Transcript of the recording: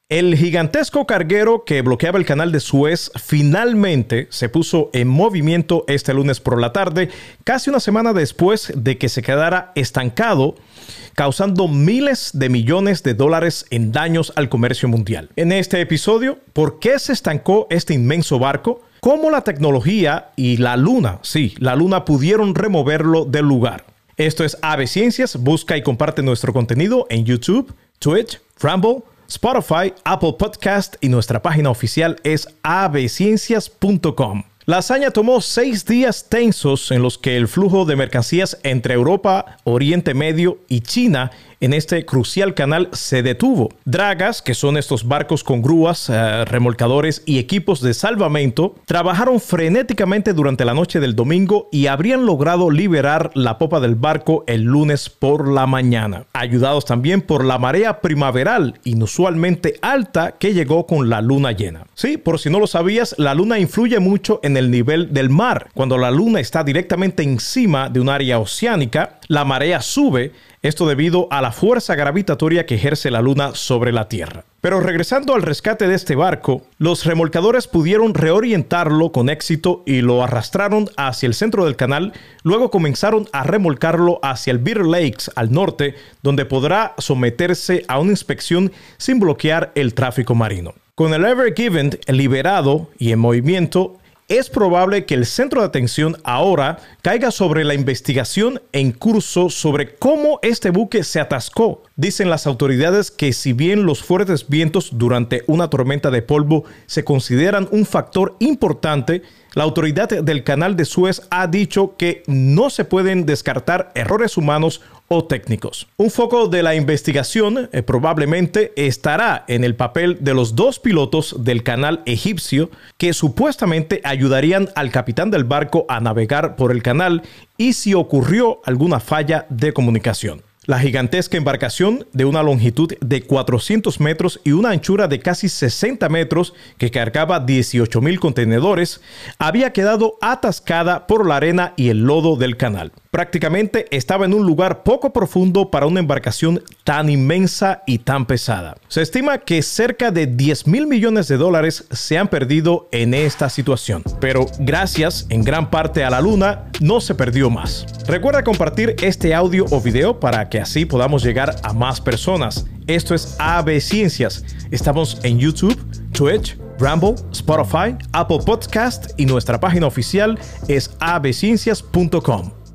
El gigantesco carguero que bloqueaba el canal de Suez finalmente se puso en movimiento este lunes por la tarde, casi una semana después de que se quedara estancado, causando miles de millones de dólares en daños al comercio mundial. En este episodio, ¿por qué se estancó este inmenso barco? ¿Cómo la tecnología y la luna pudieron removerlo del lugar? Esto es AB Ciencias. Busca y comparte nuestro contenido en YouTube, Twitch, Rumble, Spotify, Apple Podcast y nuestra página oficial es abciencias.com. La hazaña tomó 6 días tensos en los que el flujo de mercancías entre Europa, Oriente Medio y China en este crucial canal se detuvo. Dragas, que son estos barcos con grúas, remolcadores y equipos de salvamento, trabajaron frenéticamente durante la noche del domingo y habrían logrado liberar la popa del barco el lunes por la mañana, ayudados también por la marea primaveral inusualmente alta que llegó con la luna llena. Sí, por si no lo sabías, la luna influye mucho en el nivel del mar. Cuando la luna está directamente encima de un área oceánica, la marea sube, esto debido a la fuerza gravitatoria que ejerce la luna sobre la Tierra. Pero regresando al rescate de este barco, los remolcadores pudieron reorientarlo con éxito y lo arrastraron hacia el centro del canal. Luego comenzaron a remolcarlo hacia el Bitter Lakes al norte, donde podrá someterse a una inspección sin bloquear el tráfico marino. Con el Ever Given liberado y en movimiento, es probable que el centro de atención ahora caiga sobre la investigación en curso sobre cómo este buque se atascó. Dicen las autoridades que si bien los fuertes vientos durante una tormenta de polvo se consideran un factor importante, la autoridad del canal de Suez ha dicho que no se pueden descartar errores humanos o técnicos. Un foco de la investigación probablemente estará en el papel de los 2 pilotos del canal egipcio que supuestamente ayudarían al capitán del barco a navegar por el canal y si ocurrió alguna falla de comunicación. La gigantesca embarcación de una longitud de 400 metros y una anchura de casi 60 metros que cargaba 18,000 contenedores había quedado atascada por la arena y el lodo del canal. Prácticamente estaba en un lugar poco profundo para una embarcación tan inmensa y tan pesada. Se estima que cerca de 10,000 millones de dólares se han perdido en esta situación. Pero gracias en gran parte a la luna, no se perdió más. Recuerda compartir este audio o video para que así podamos llegar a más personas. Esto es AB Ciencias. Estamos en YouTube, Twitch, Rumble, Spotify, Apple Podcast y nuestra página oficial es abciencias.com.